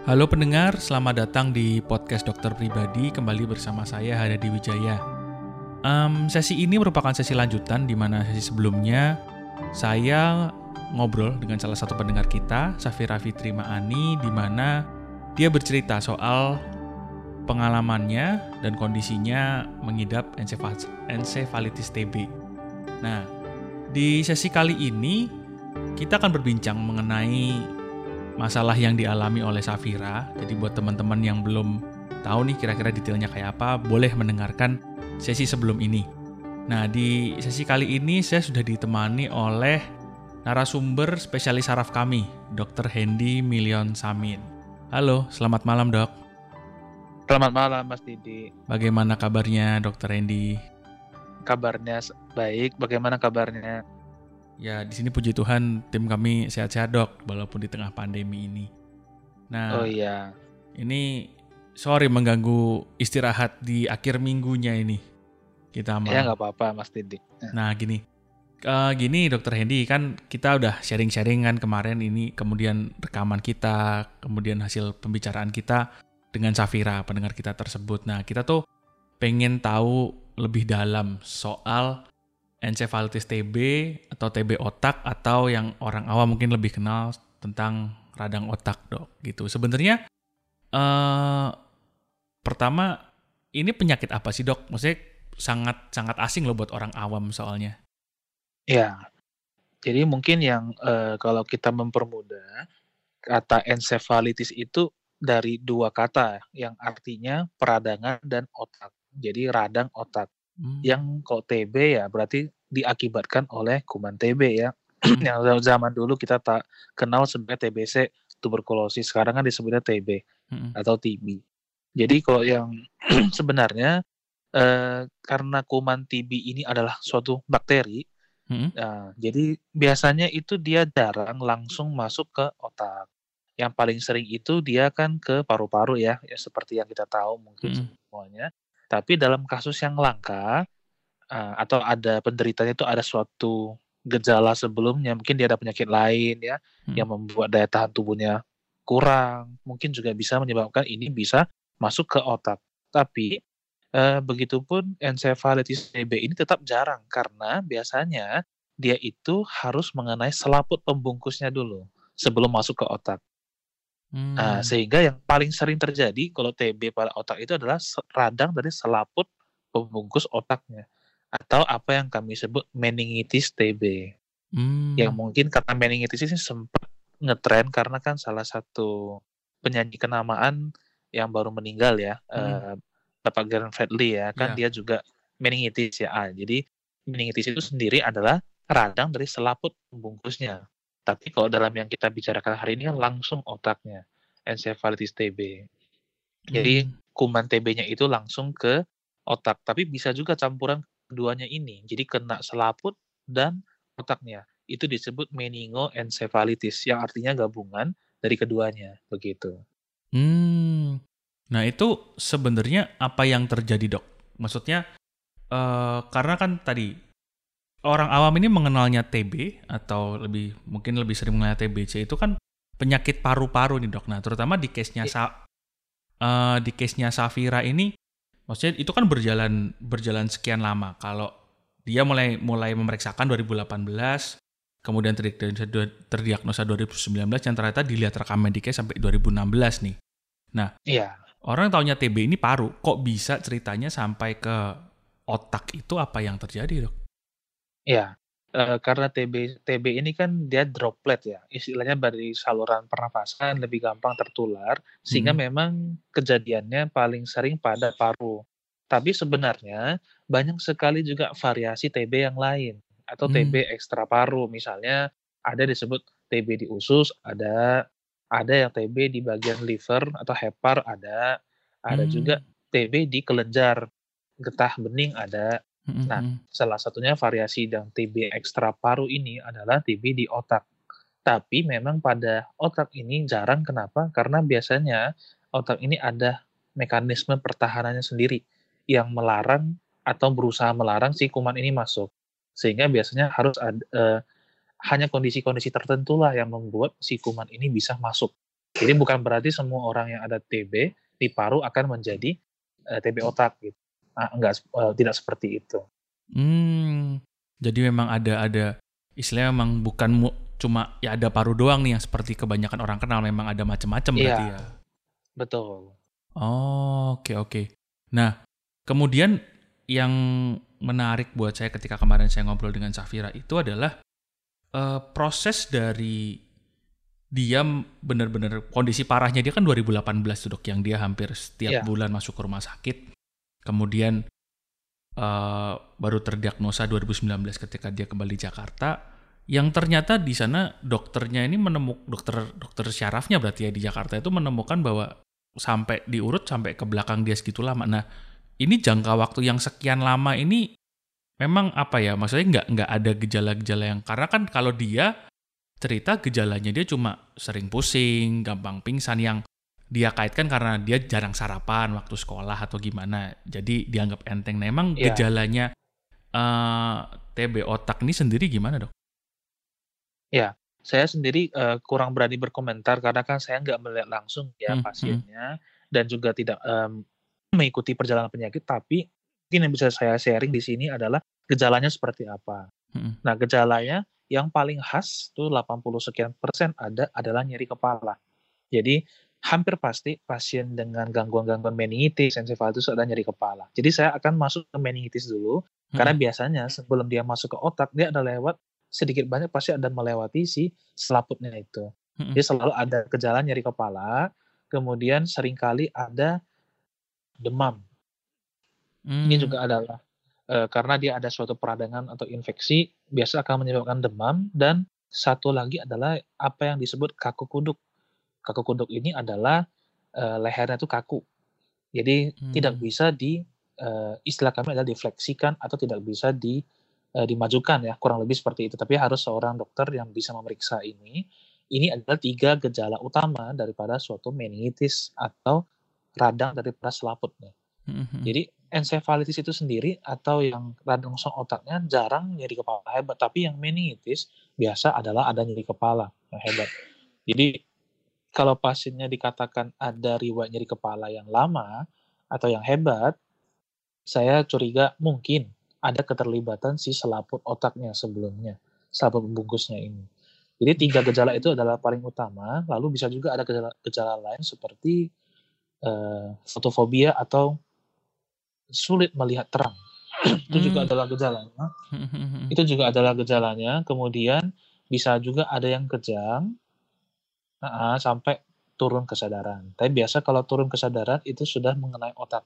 Halo pendengar, selamat datang di podcast Dokter Pribadi. Kembali bersama saya Haryadi Wijaya. Sesi ini merupakan sesi lanjutan di mana sesi sebelumnya saya ngobrol dengan salah satu pendengar kita, Safira Fitri Maani, di mana dia bercerita soal pengalamannya dan kondisinya mengidap ensefalitis TB. Nah, di sesi kali ini kita akan berbincang mengenai masalah yang dialami oleh Safira. Jadi buat teman-teman yang belum tahu nih kira-kira detailnya kayak apa, boleh mendengarkan sesi sebelum ini. Nah, di sesi kali ini saya sudah ditemani oleh narasumber spesialis saraf kami, Dr. Hendy Milion Samin. Halo, selamat malam dok. Selamat malam Mas Didi. Bagaimana kabarnya Dr. Hendy? Kabarnya baik, bagaimana kabarnya? Ya, di sini puji Tuhan tim kami sehat-sehat dok, walaupun di tengah pandemi ini. Nah, ini sorry mengganggu istirahat di akhir minggunya ini. Kita Ya nggak apa-apa Mas Didi. Nah, gini Dr. Hendy, kan kita udah sharing-sharing kan kemarin ini, kemudian rekaman kita, kemudian hasil pembicaraan kita dengan Safira, pendengar kita tersebut. Nah, kita tuh pengen tahu lebih dalam soal ensefalitis TB atau TB otak, atau yang orang awam mungkin lebih kenal tentang radang otak dok gitu. Sebenarnya pertama ini penyakit apa sih dok? Maksudnya sangat asing loh buat orang awam soalnya. Ya, jadi mungkin yang kalau kita mempermudah, kata ensefalitis itu dari dua kata yang artinya peradangan dan otak. Jadi radang otak. Yang kalau TB ya berarti diakibatkan oleh kuman TB ya. Yang zaman dulu kita tak kenal sebagai TBC, tuberkulosis, sekarang kan disebutnya TB atau TB. Jadi kalau yang sebenarnya karena kuman TB ini adalah suatu bakteri, jadi biasanya itu dia jarang langsung masuk ke otak. Yang paling sering itu dia kan ke paru-paru ya seperti yang kita tahu mungkin semuanya. Tapi dalam kasus yang langka, atau ada penderitanya itu ada suatu gejala sebelumnya, mungkin dia ada penyakit lain ya, yang membuat daya tahan tubuhnya kurang, mungkin juga bisa menyebabkan ini bisa masuk ke otak. Tapi begitupun ensefalitis TB ini tetap jarang, karena biasanya dia itu harus mengenai selaput pembungkusnya dulu sebelum masuk ke otak. Sehingga yang paling sering terjadi kalau TB pada otak itu adalah radang dari selaput pembungkus otaknya, atau apa yang kami sebut meningitis TB. Yang mungkin kata meningitis ini sempat ngetren karena kan salah satu penyanyi kenamaan yang baru meninggal ya, Bapak Glenn Fredly ya, kan dia juga meningitis ya. Jadi meningitis itu sendiri adalah radang dari selaput pembungkusnya. Tapi kalau dalam yang kita bicarakan hari ini kan langsung otaknya, ensefalitis TB. Jadi kuman TB-nya itu langsung ke otak, tapi bisa juga campuran keduanya ini. Jadi kena selaput dan otaknya. Itu disebut meningoencephalitis, yang artinya gabungan dari keduanya, begitu. Nah, itu sebenarnya apa yang terjadi, dok? Maksudnya karena kan tadi orang awam ini mengenalnya TB, atau mungkin lebih sering mengenalnya TBC, itu kan penyakit paru-paru nih, dok. Nah, terutama di case-nya Safira ini, maksudnya itu kan berjalan sekian lama. Kalau dia mulai memeriksakan 2018, kemudian terdiagnosa 2019, yang ternyata dilihat rekam mediknya sampai 2016 nih. Nah, orang taunya TB ini paru, kok bisa ceritanya sampai ke otak? Itu apa yang terjadi, dok? Ya, karena TB ini kan dia droplet ya, istilahnya dari saluran pernafasan, lebih gampang tertular, sehingga memang kejadiannya paling sering pada paru. Tapi sebenarnya banyak sekali juga variasi TB yang lain, atau TB ekstra paru. Misalnya ada disebut TB di usus, ada yang TB di bagian liver atau hepar, ada juga TB di kelenjar getah bening ada. Nah, salah satunya variasi yang TB ekstra paru ini adalah TB di otak. Tapi memang pada otak ini jarang, kenapa? Karena biasanya otak ini ada mekanisme pertahanannya sendiri yang melarang atau berusaha melarang si kuman ini masuk. Sehingga biasanya harus hanya kondisi-kondisi tertentu lah yang membuat si kuman ini bisa masuk. Jadi bukan berarti semua orang yang ada TB di paru akan menjadi TB otak gitu. Enggak, tidak seperti itu. Jadi memang ada istilahnya memang bukan cuma ya ada paru doang nih yang seperti kebanyakan orang kenal, memang ada macam-macam berarti ya. Betul. Oh, oke. Nah, kemudian yang menarik buat saya ketika kemarin saya ngobrol dengan Safira itu adalah proses dari dia benar-benar kondisi parahnya dia kan 2018 tuh dok, yang dia hampir setiap bulan masuk ke rumah sakit. Kemudian baru terdiagnosa 2019 ketika dia kembali Jakarta, yang ternyata di sana dokternya ini dokter syarafnya berarti ya di Jakarta itu menemukan bahwa sampai diurut sampai ke belakang dia segitu lama. Nah, ini jangka waktu yang sekian lama ini memang apa ya, maksudnya nggak ada gejala-gejala yang, karena kan kalau dia cerita gejalanya dia cuma sering pusing, gampang pingsan, yang dia kaitkan karena dia jarang sarapan waktu sekolah atau gimana, jadi dianggap enteng. Nah, emang gejalanya TB otak ini sendiri gimana dok? Ya, saya sendiri kurang berani berkomentar karena kan saya nggak melihat langsung ya pasiennya dan juga tidak mengikuti perjalanan penyakit, tapi mungkin yang bisa saya sharing di sini adalah gejalanya seperti apa. Nah, gejalanya yang paling khas tuh 80% adalah nyeri kepala. Jadi hampir pasti pasien dengan gangguan-gangguan meningitis, ensefalitis ada nyeri kepala. Jadi saya akan masuk ke meningitis dulu, karena biasanya sebelum dia masuk ke otak, dia ada lewat sedikit banyak pasti ada melewati si selaputnya itu. Jadi selalu ada gejala nyeri kepala, kemudian seringkali ada demam. Ini juga adalah karena dia ada suatu peradangan atau infeksi, biasa akan menyebabkan demam, dan satu lagi adalah apa yang disebut kaku kuduk. Kaku kuduk ini adalah lehernya itu kaku. Jadi tidak bisa istilah kami adalah difleksikan atau tidak bisa dimajukan ya, kurang lebih seperti itu. Tapi harus seorang dokter yang bisa memeriksa ini. Ini adalah 3 gejala utama daripada suatu meningitis atau radang daripada selaputnya. Jadi ensefalitis itu sendiri atau yang radang otaknya jarang nyeri kepala hebat, tapi yang meningitis biasa adalah ada nyeri kepala yang hebat. Jadi kalau pasiennya dikatakan ada riwayat nyeri kepala yang lama atau yang hebat, saya curiga mungkin ada keterlibatan si selaput otaknya sebelumnya, selaput pembungkusnya ini. Jadi 3 gejala itu adalah paling utama, lalu bisa juga ada gejala lain seperti fotofobia atau sulit melihat terang. Itu juga adalah gejalanya. Itu juga adalah gejalanya. Kemudian bisa juga ada yang kejang sampai turun kesadaran. Tapi biasa kalau turun kesadaran itu sudah mengenai otak.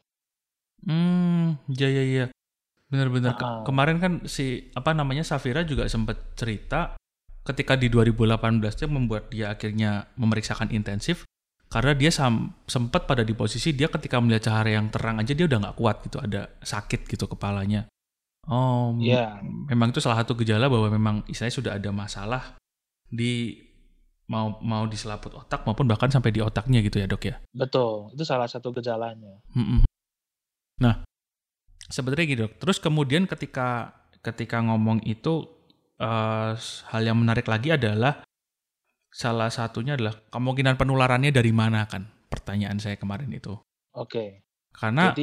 Ya. Benar-benar. Kemarin kan Safira juga sempat cerita ketika di 2018 membuat dia akhirnya memeriksakan intensif, karena dia sempat pada di posisi dia ketika melihat cahaya yang terang aja dia udah nggak kuat gitu, ada sakit gitu kepalanya. Memang itu salah satu gejala bahwa memang istilahnya sudah ada masalah di mau di selaput otak maupun bahkan sampai di otaknya gitu ya dok ya. Betul, itu salah satu gejalanya. Nah, sebenarnya gitu dok. Terus kemudian ketika ngomong itu hal yang menarik lagi adalah salah satunya adalah kemungkinan penularannya dari mana kan? Pertanyaan saya kemarin itu. Oke. Karena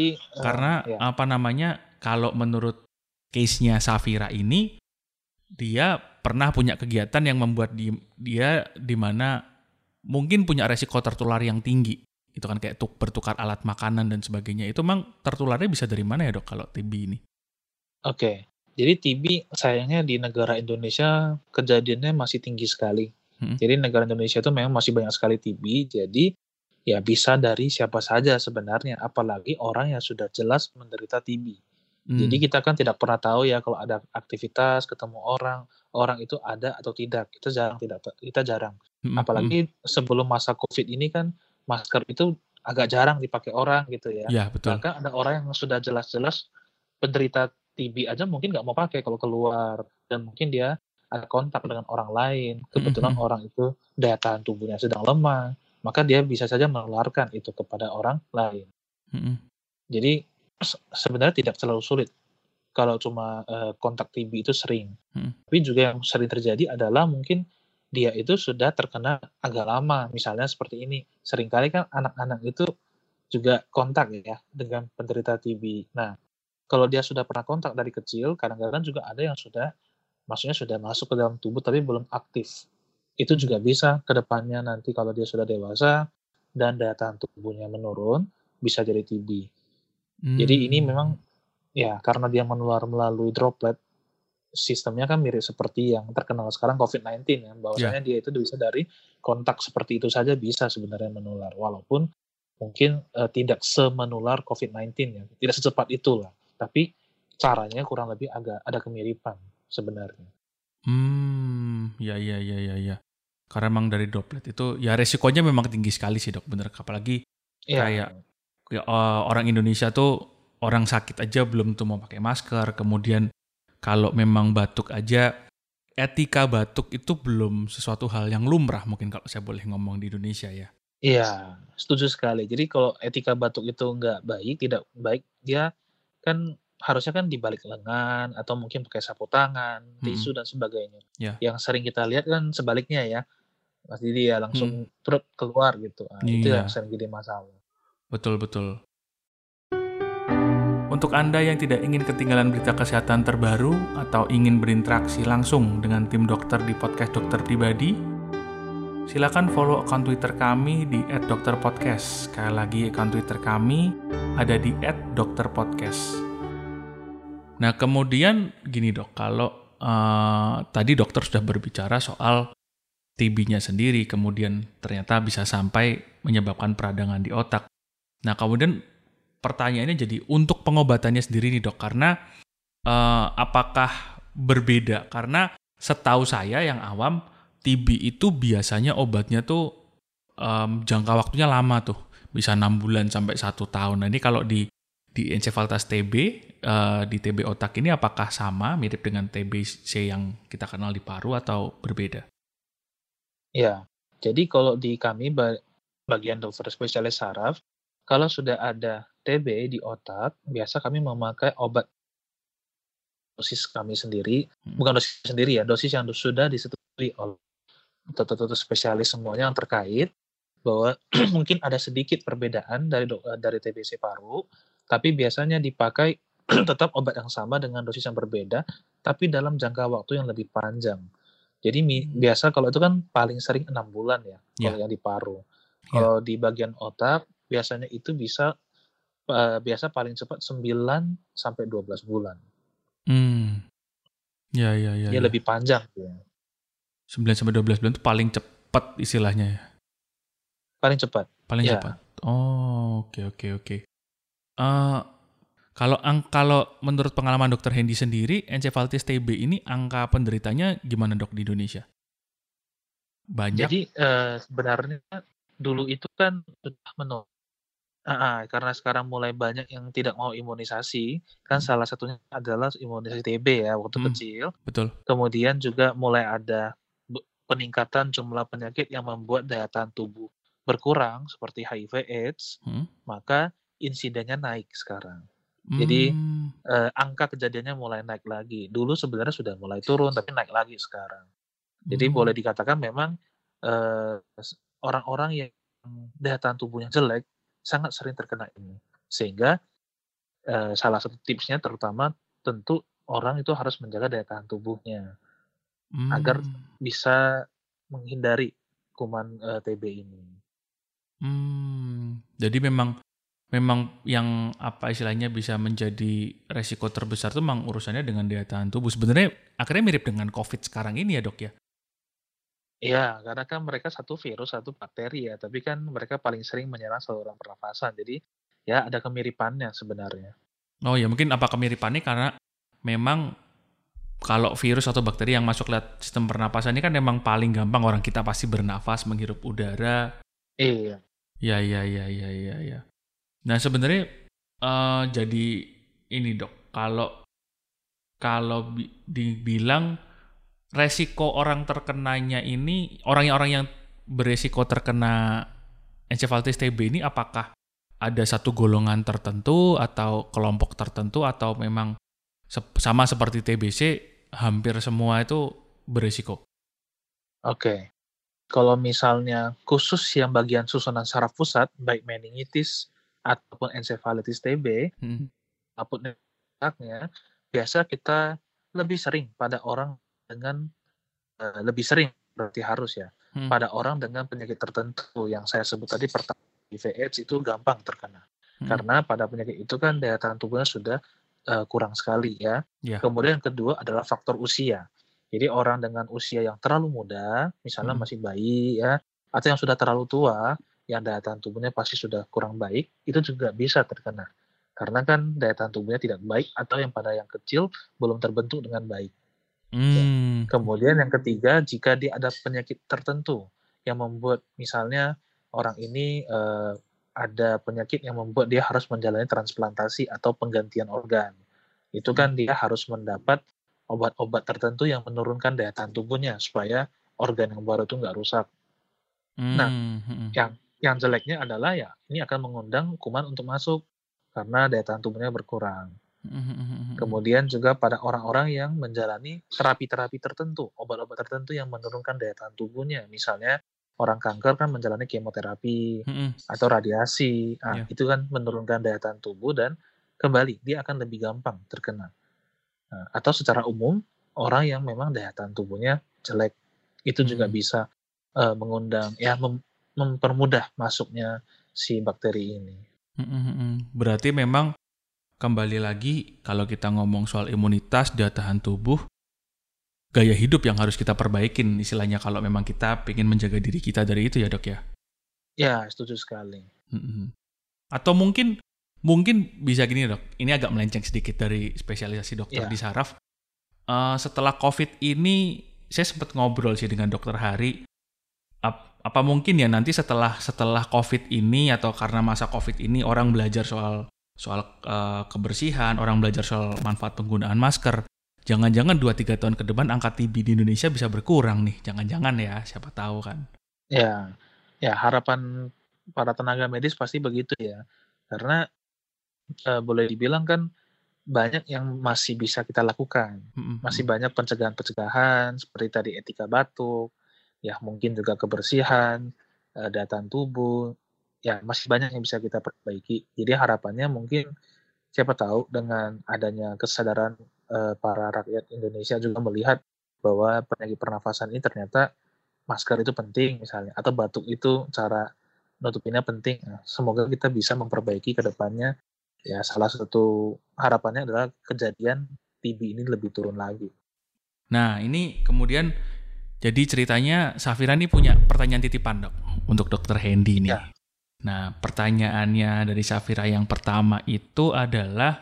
kalau menurut case-nya Safira ini, dia pernah punya kegiatan yang membuat dia di mana mungkin punya resiko tertular yang tinggi. Itu kan kayak bertukar alat makanan dan sebagainya. Itu memang tertularnya bisa dari mana ya dok kalau TB ini? Oke. Jadi TB sayangnya di negara Indonesia kejadiannya masih tinggi sekali. Jadi negara Indonesia itu memang masih banyak sekali TB, jadi ya bisa dari siapa saja sebenarnya, apalagi orang yang sudah jelas menderita TB. Jadi kita kan tidak pernah tahu ya kalau ada aktivitas, ketemu orang itu ada atau tidak, kita jarang. Apalagi sebelum masa COVID ini kan masker itu agak jarang dipakai orang gitu ya. Ya betul. Bahkan ada orang yang sudah jelas-jelas penderita TB aja mungkin nggak mau pakai kalau keluar, dan mungkin dia ada kontak dengan orang lain, kebetulan orang itu daya tahan tubuhnya sedang lemah, maka dia bisa saja menularkan itu kepada orang lain. Jadi sebenarnya tidak terlalu sulit kalau cuma kontak TB itu sering. Tapi juga yang sering terjadi adalah mungkin dia itu sudah terkena agak lama. Misalnya seperti ini, seringkali kan anak-anak itu juga kontak ya dengan penderita TB. Nah, kalau dia sudah pernah kontak dari kecil, kadang-kadang juga ada yang maksudnya sudah masuk ke dalam tubuh tapi belum aktif. Itu juga bisa ke depannya nanti kalau dia sudah dewasa dan daya tahan tubuhnya menurun, bisa jadi TB. Jadi ini memang ya karena dia menular melalui droplet, sistemnya kan mirip seperti yang terkenal sekarang COVID-19 ya, bahwasanya dia itu bisa dari kontak seperti itu saja bisa sebenarnya menular, walaupun mungkin tidak semenular COVID-19 ya, tidak secepat itulah, tapi caranya kurang lebih agak ada kemiripan sebenarnya. Ya. Karena memang dari droplet itu ya resikonya memang tinggi sekali sih dok, bener. Apalagi kayak orang Indonesia tuh orang sakit aja belum tuh mau pakai masker, kemudian kalau memang batuk aja, etika batuk itu belum sesuatu hal yang lumrah mungkin kalau saya boleh ngomong di Indonesia ya. Iya, setuju sekali. Jadi kalau etika batuk itu tidak baik, dia kan harusnya kan di balik lengan atau mungkin pakai sapu tangan, tisu dan sebagainya. Yang sering kita lihat kan sebaliknya ya, Mas Didi ya langsung truk keluar gitu. Nah, itu yang sering jadi masalah. Betul. Untuk Anda yang tidak ingin ketinggalan berita kesehatan terbaru atau ingin berinteraksi langsung dengan tim dokter di podcast Dokter Pribadi, silakan follow akun Twitter kami di @dokterpodcast. Sekali lagi akun Twitter kami ada di @dokterpodcast. Nah kemudian gini dok, kalau tadi dokter sudah berbicara soal TB-nya sendiri, kemudian ternyata bisa sampai menyebabkan peradangan di otak. Nah kemudian pertanyaannya jadi untuk pengobatannya sendiri nih dok, karena apakah berbeda? Karena setahu saya yang awam, TB itu biasanya obatnya tuh jangka waktunya lama tuh, bisa 6 bulan sampai 1 tahun. Nah ini kalau di encephalitis TB, di TB otak ini apakah sama, mirip dengan TBC yang kita kenal di paru atau berbeda? Ya, jadi kalau di kami bagian dokter spesialis saraf, kalau sudah ada TB di otak, biasa kami memakai obat dosis kami sendiri, bukan dosis sendiri ya, dosis yang sudah disetujui oleh dokter spesialis semuanya yang terkait, bahwa mungkin ada sedikit perbedaan dari TBC paru, tapi biasanya dipakai tetap obat yang sama dengan dosis yang berbeda, tapi dalam jangka waktu yang lebih panjang. Jadi biasa kalau itu kan paling sering 6 bulan ya, kalau yang di paru. Kalau di bagian otak, biasanya itu biasa paling cepat 9 sampai 12 bulan. Ya. Dia lebih panjang ya. 9 sampai 12 bulan itu paling cepat istilahnya ya. Paling cepat. Cepat. Oh, oke. Kalau menurut pengalaman Dokter Hendy sendiri, encephalitis TB ini angka penderitanya gimana dok di Indonesia? Banyak. Jadi sebenarnya dulu itu kan sudah menurun. Karena sekarang mulai banyak yang tidak mau imunisasi, kan salah satunya adalah imunisasi TB ya waktu kecil. Betul. Kemudian juga mulai ada peningkatan jumlah penyakit yang membuat daya tahan tubuh berkurang seperti HIV/AIDS, maka insidennya naik sekarang. Jadi angka kejadiannya mulai naik lagi. Dulu sebenarnya sudah mulai turun, tapi naik lagi sekarang. Jadi boleh dikatakan memang orang-orang yang daya tahan tubuhnya jelek sangat sering terkena ini. Sehingga salah satu tipsnya terutama tentu orang itu harus menjaga daya tahan tubuhnya agar bisa menghindari kuman TB ini. Jadi memang yang apa istilahnya bisa menjadi resiko terbesar itu memang urusannya dengan daya tahan tubuh. Sebenarnya akhirnya mirip dengan COVID sekarang ini ya dok ya? Iya, karena kan mereka satu virus, satu bakteri ya, tapi kan mereka paling sering menyerang saluran pernafasan. Jadi ya ada kemiripannya sebenarnya. Oh ya, mungkin apa kemiripannya karena memang kalau virus atau bakteri yang masuk lewat sistem pernapasan ini kan memang paling gampang orang kita pasti bernafas, menghirup udara. Iya. Ya. Nah sebenarnya jadi ini dok, kalau dibilang resiko orang terkenanya ini, orang yang beresiko terkena encephalitis TB ini apakah ada satu golongan tertentu atau kelompok tertentu atau memang sama seperti TBC hampir semua itu beresiko? Oke. Kalau misalnya khusus yang bagian susunan saraf pusat, baik meningitis ataupun ensefalitis TB, Hmm. apapun otaknya, biasa kita lebih sering pada orang dengan lebih sering berarti harus ya, Hmm. pada orang dengan penyakit tertentu yang saya sebut tadi pertama HIV/AIDS itu gampang terkena. Hmm. Karena pada penyakit itu kan daya tahan tubuhnya sudah kurang sekali ya. Ya. Kemudian yang kedua adalah faktor usia. Jadi orang dengan usia yang terlalu muda, misalnya Hmm. masih bayi ya, atau yang sudah terlalu tua, yang daya tahan tubuhnya pasti sudah kurang baik, itu juga bisa terkena. Karena kan daya tahan tubuhnya tidak baik atau yang pada yang kecil belum terbentuk dengan baik. Ya. Hmm. Kemudian yang ketiga, jika dia ada penyakit tertentu yang membuat misalnya orang ini ada penyakit yang membuat dia harus menjalani transplantasi atau penggantian organ. Itu Hmm. kan dia harus mendapat obat-obat tertentu yang menurunkan daya tahan tubuhnya supaya organ yang baru itu nggak rusak. Nah, Hmm. Hmm. yang jeleknya adalah ya ini akan mengundang kuman untuk masuk karena daya tahan tubuhnya berkurang. Hmm. Kemudian juga pada orang-orang yang menjalani terapi-terapi tertentu, obat-obat tertentu yang menurunkan daya tahan tubuhnya. Misalnya orang kanker kan menjalani kemoterapi Hmm. atau radiasi. Nah, Ya. itu kan menurunkan daya tahan tubuh dan kembali dia akan lebih gampang terkena. Nah, atau secara umum orang yang memang daya tahan tubuhnya jelek itu juga Hmm. bisa mengundang ya mempermudah masuknya si bakteri ini. Berarti memang kembali lagi kalau kita ngomong soal imunitas, daya tahan tubuh, gaya hidup yang harus kita perbaikin istilahnya kalau memang kita ingin menjaga diri kita dari itu ya dok ya. Ya, setuju sekali. Atau mungkin bisa gini dok, ini agak melenceng sedikit dari spesialisasi dokter Ya, di saraf. Setelah COVID ini saya sempat ngobrol sih dengan dokter Hari. Apa mungkin ya nanti setelah COVID ini atau karena masa COVID ini orang belajar soal kebersihan, orang belajar soal manfaat penggunaan masker. Jangan-jangan 2-3 tahun ke depan angka TB di Indonesia bisa berkurang nih. Jangan-jangan ya, siapa tahu kan. ya, ya harapan para tenaga medis pasti begitu ya. Karena boleh dibilang kan banyak yang masih bisa kita lakukan. Masih banyak pencegahan-pencegahan seperti tadi etika batuk, ya mungkin juga kebersihan, daya tahan tubuh, ya masih banyak yang bisa kita perbaiki. Jadi harapannya mungkin siapa tahu dengan adanya kesadaran para rakyat Indonesia juga melihat bahwa penyakit pernafasan ini ternyata masker itu penting misalnya, atau batuk itu cara nutupinnya penting. Nah, semoga kita bisa memperbaiki ke depannya. Ya, salah satu harapannya adalah kejadian TB ini lebih turun lagi. Nah, ini kemudian jadi ceritanya Safira nih punya pertanyaan titipan dok untuk dokter Hendy nih. Ya, Nah, pertanyaannya dari Safira yang pertama itu adalah,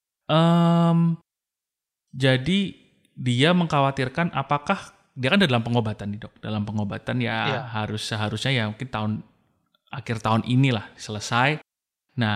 em, jadi dia mengkhawatirkan apakah dia kan dalam pengobatan nih dok, dalam pengobatan ya ya, seharusnya ya mungkin akhir tahun inilah selesai. Nah,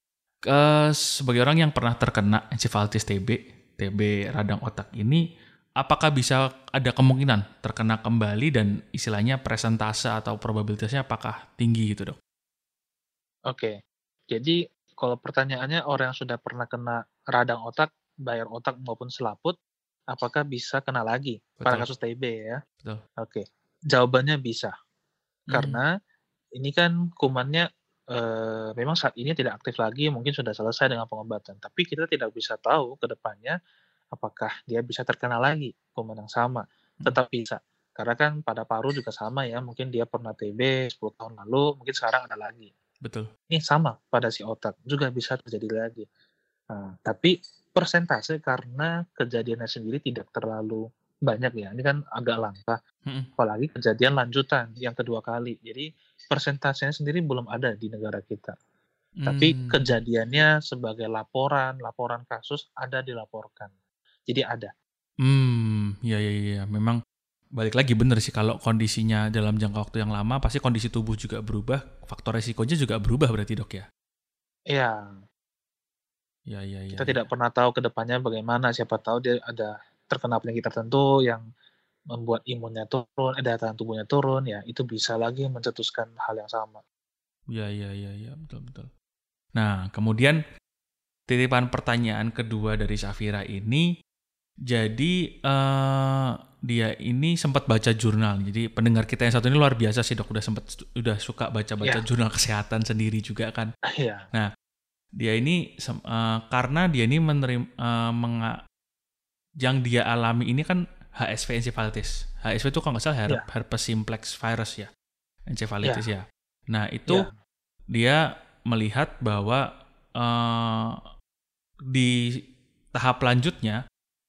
sebagai orang yang pernah terkena ensefalitis TB radang otak ini, apakah bisa ada kemungkinan terkena kembali dan istilahnya presentase atau probabilitasnya apakah tinggi gitu dok? oke. Jadi kalau pertanyaannya orang yang sudah pernah kena radang otak, bayar otak maupun selaput, apakah bisa kena lagi pada Betul, kasus TB ya? betul. Oke, jawabannya bisa. Hmm. Karena ini kan kumannya memang saat ini tidak aktif lagi, mungkin sudah selesai dengan pengobatan. Tapi kita tidak bisa tahu ke depannya apakah dia bisa terkena lagi kuman yang sama. Tetap bisa. Karena kan pada paru juga sama ya, mungkin dia pernah TB 10 tahun lalu, mungkin sekarang ada lagi. Betul. Ini sama pada si otak, juga bisa terjadi lagi. Nah, tapi persentase karena kejadiannya sendiri tidak terlalu banyak ya, ini kan agak langka. Hmm. Apalagi kejadian lanjutan yang kedua kali. Jadi persentasenya sendiri belum ada di negara kita. Tapi Hmm. kejadiannya sebagai laporan kasus ada dilaporkan. Jadi ada. Ya, ya, ya. Memang balik lagi bener sih kalau kondisinya dalam jangka waktu yang lama pasti kondisi tubuh juga berubah, faktor resikonya juga berubah berarti dok ya? Ya, Ya, ya, ya, kita tidak ya. pernah tahu ke depannya bagaimana. Siapa tahu dia ada terkena penyakit tertentu yang membuat imunnya turun, daya tahan tubuhnya turun, ya itu bisa lagi mencetuskan hal yang sama. Ya, ya, ya, ya, betul, betul. Nah, kemudian titipan pertanyaan kedua dari Safira ini, jadi dia ini sempat baca jurnal. Jadi pendengar kita yang satu ini luar biasa sih, Dok. Udah suka baca-baca jurnal kesehatan sendiri juga kan. Iya. Nah, dia ini karena dia ini yang dia alami ini kan HSV encephalitis. HSV itu kalau nggak salah herpes simplex virus ya, encephalitis ya. Nah, itu dia melihat bahwa di tahap lanjutnya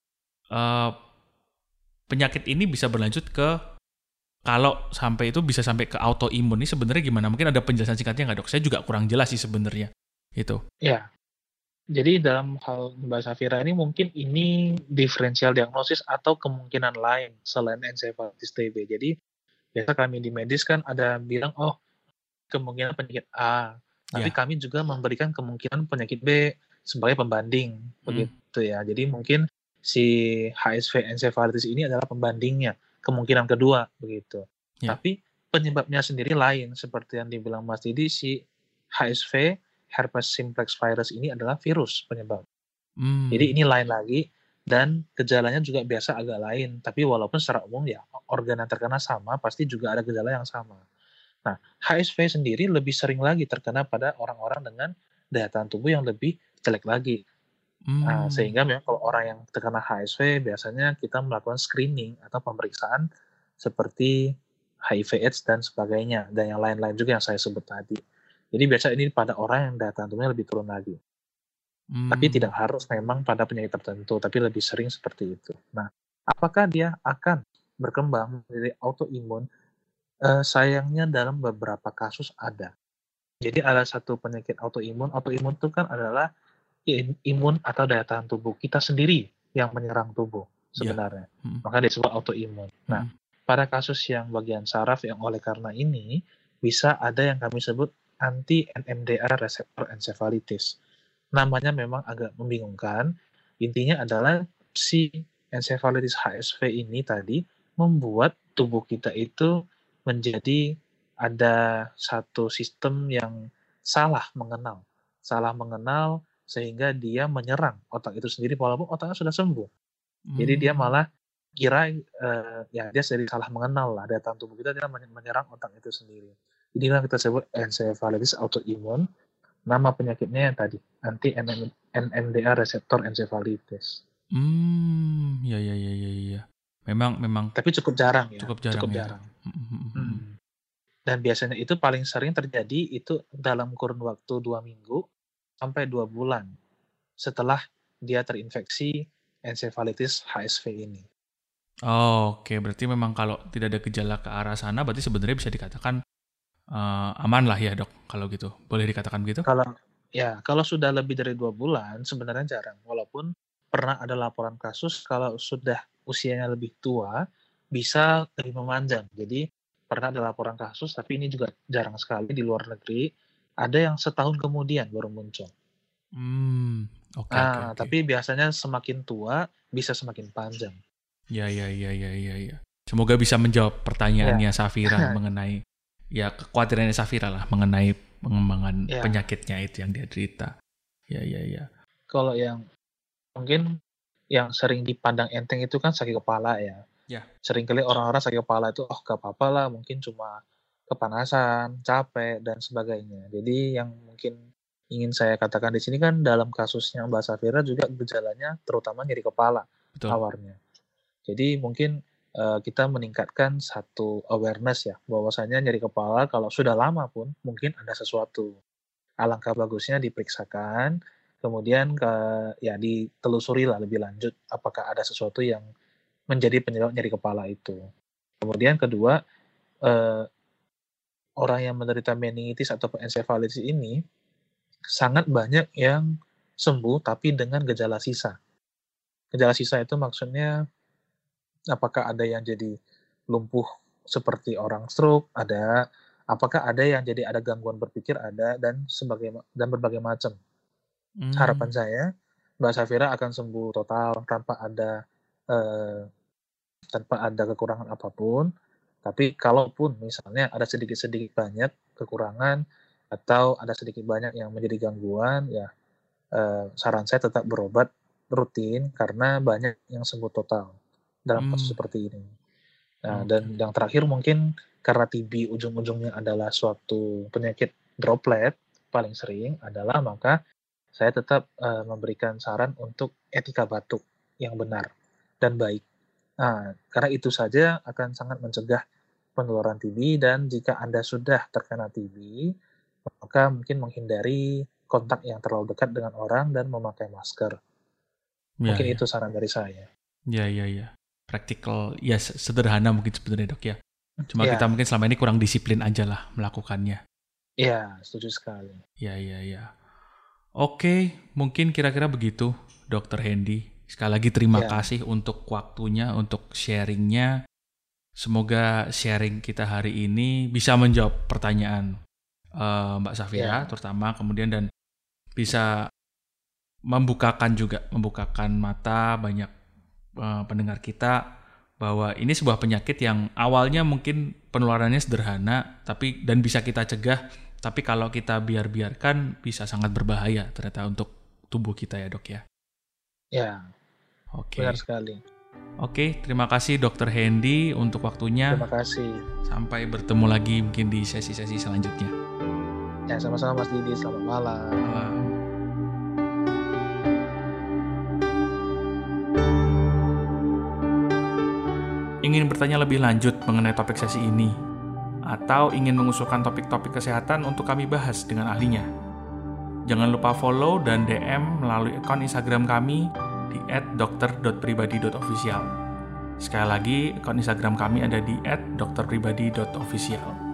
penyakit ini bisa berlanjut ke, kalau sampai itu bisa sampai ke autoimun. Ini sebenarnya gimana? Mungkin ada penjelasan singkatnya nggak, Dok? Saya juga kurang jelas sih sebenarnya itu. Ya. Jadi dalam hal Mbak Safira ini mungkin ini diferensial diagnosis atau kemungkinan lain selain encephalitis TB. Jadi biasa kami di medis kan ada bilang, oh kemungkinan penyakit A, tapi kami juga memberikan kemungkinan penyakit B sebagai pembanding, begitu ya. Jadi mungkin si HSV encephalitis ini adalah pembandingnya, kemungkinan kedua, begitu. Tapi penyebabnya sendiri lain, seperti yang dibilang Mas Didi, si HSV, herpes simplex virus ini adalah virus penyebab. Jadi ini lain lagi, dan gejalanya juga biasa agak lain, tapi walaupun secara umum ya, organ yang terkena sama, pasti juga ada gejala yang sama. Nah, HSV sendiri lebih sering lagi terkena pada orang-orang dengan daya tahan tubuh yang lebih jelek lagi. Sehingga memang kalau orang yang terkena HSV, biasanya kita melakukan screening atau pemeriksaan seperti HIV/AIDS dan sebagainya, dan yang lain-lain juga yang saya sebut tadi. Jadi biasa ini pada orang yang daya tahan tubuhnya lebih turun lagi. Tapi tidak harus memang pada penyakit tertentu, tapi lebih sering seperti itu. Nah, apakah dia akan berkembang menjadi autoimun? Sayangnya dalam beberapa kasus ada. Jadi ada satu penyakit autoimun. Autoimun itu kan adalah imun atau daya tahan tubuh kita sendiri yang menyerang tubuh sebenarnya. Maka disebut autoimun. Nah, pada kasus yang bagian saraf yang oleh karena ini bisa ada yang kami sebut anti-NMDA reseptor encephalitis. Namanya memang agak membingungkan. Intinya adalah si encephalitis HSV ini tadi membuat tubuh kita itu menjadi ada satu sistem yang salah mengenal sehingga dia menyerang otak itu sendiri walaupun otaknya sudah sembuh. Jadi dia malah kira dia jadi salah mengenal lah, daya tahan tubuh kita dia menyerang otak itu sendiri. Jadi yang kita sebut encephalitis autoimun. Nama penyakitnya yang tadi anti-NMDA reseptor encephalitis. Ya. Memang. Tapi cukup jarang ya. Cukup jarang. Dan biasanya itu paling sering terjadi itu dalam kurun waktu 2 minggu sampai 2 bulan setelah dia terinfeksi encephalitis HSV ini. Oke, berarti memang kalau tidak ada gejala ke arah sana, berarti sebenarnya bisa dikatakan aman lah ya, Dok, kalau gitu. Boleh dikatakan begitu? Kalau sudah lebih dari 2 bulan sebenarnya jarang. Walaupun pernah ada laporan kasus kalau sudah usianya lebih tua bisa lebih memanjang. Jadi pernah ada laporan kasus, tapi ini juga jarang sekali di luar negeri. Ada yang setahun kemudian baru muncul. Oke. Tapi biasanya semakin tua bisa semakin panjang. Ya. Semoga bisa menjawab pertanyaannya Safira mengenai kekhawatirannya Safira lah mengenai pengembangan penyakitnya itu yang dia derita. Ya. Kalau yang mungkin yang sering dipandang enteng itu kan sakit kepala ya. Seringkali orang-orang sakit kepala itu gak apa-apa lah, mungkin cuma kepanasan, capek dan sebagainya. Jadi yang mungkin ingin saya katakan di sini kan dalam kasusnya Mbak Safira juga gejalanya terutama nyeri kepala. Betul. Awalnya. Jadi mungkin kita meningkatkan satu awareness ya, bahwasanya nyeri kepala kalau sudah lama pun mungkin ada sesuatu. Alangkah bagusnya diperiksakan, kemudian ditelusuri lah lebih lanjut apakah ada sesuatu yang menjadi penyebab nyeri kepala itu. Kemudian kedua, orang yang menderita meningitis atau encephalitis ini sangat banyak yang sembuh tapi dengan gejala sisa. Gejala sisa itu maksudnya apakah ada yang jadi lumpuh seperti orang stroke, apakah ada yang jadi ada gangguan berpikir, ada, dan berbagai macam. Harapan saya, Mbak Safira akan sembuh total tanpa ada kekurangan apapun. Tapi kalaupun misalnya ada sedikit-sedikit banyak kekurangan atau ada sedikit banyak yang menjadi gangguan, saran saya tetap berobat rutin karena banyak yang sembuh total. dalam kasus seperti ini. Nah, dan yang terakhir mungkin karena TB ujung-ujungnya adalah suatu penyakit droplet paling sering adalah, maka saya tetap memberikan saran untuk etika batuk yang benar dan baik. Nah, karena itu saja akan sangat mencegah penularan TB, dan jika Anda sudah terkena TB, maka mungkin menghindari kontak yang terlalu dekat dengan orang dan memakai masker. Mungkin itu saran dari saya. Ya. Praktikal, ya sederhana mungkin sebenarnya dok ya. Cuma kita mungkin selama ini kurang disiplin aja lah melakukannya. Iya, setuju sekali. Ya. Oke, mungkin kira-kira begitu Dr. Hendy. Sekali lagi terima kasih untuk waktunya, untuk sharingnya. Semoga sharing kita hari ini bisa menjawab pertanyaan Mbak Safira terutama, kemudian dan bisa membukakan mata banyak pendengar kita bahwa ini sebuah penyakit yang awalnya mungkin penularannya sederhana dan bisa kita cegah, tapi kalau kita biarkan bisa sangat berbahaya ternyata untuk tubuh kita ya dok ya. Ya. Oke. Benar sekali. Oke, terima kasih Dr. Hendy untuk waktunya. Terima kasih. Sampai bertemu lagi mungkin di sesi-sesi selanjutnya. Ya, sama-sama Mas Didi. Selamat malam. Ingin bertanya lebih lanjut mengenai topik sesi ini, atau ingin mengusulkan topik-topik kesehatan untuk kami bahas dengan ahlinya? Jangan lupa follow dan DM melalui akun Instagram kami di @dokter.pribadi.official. Sekali lagi, akun Instagram kami ada di @dokterpribadi.official.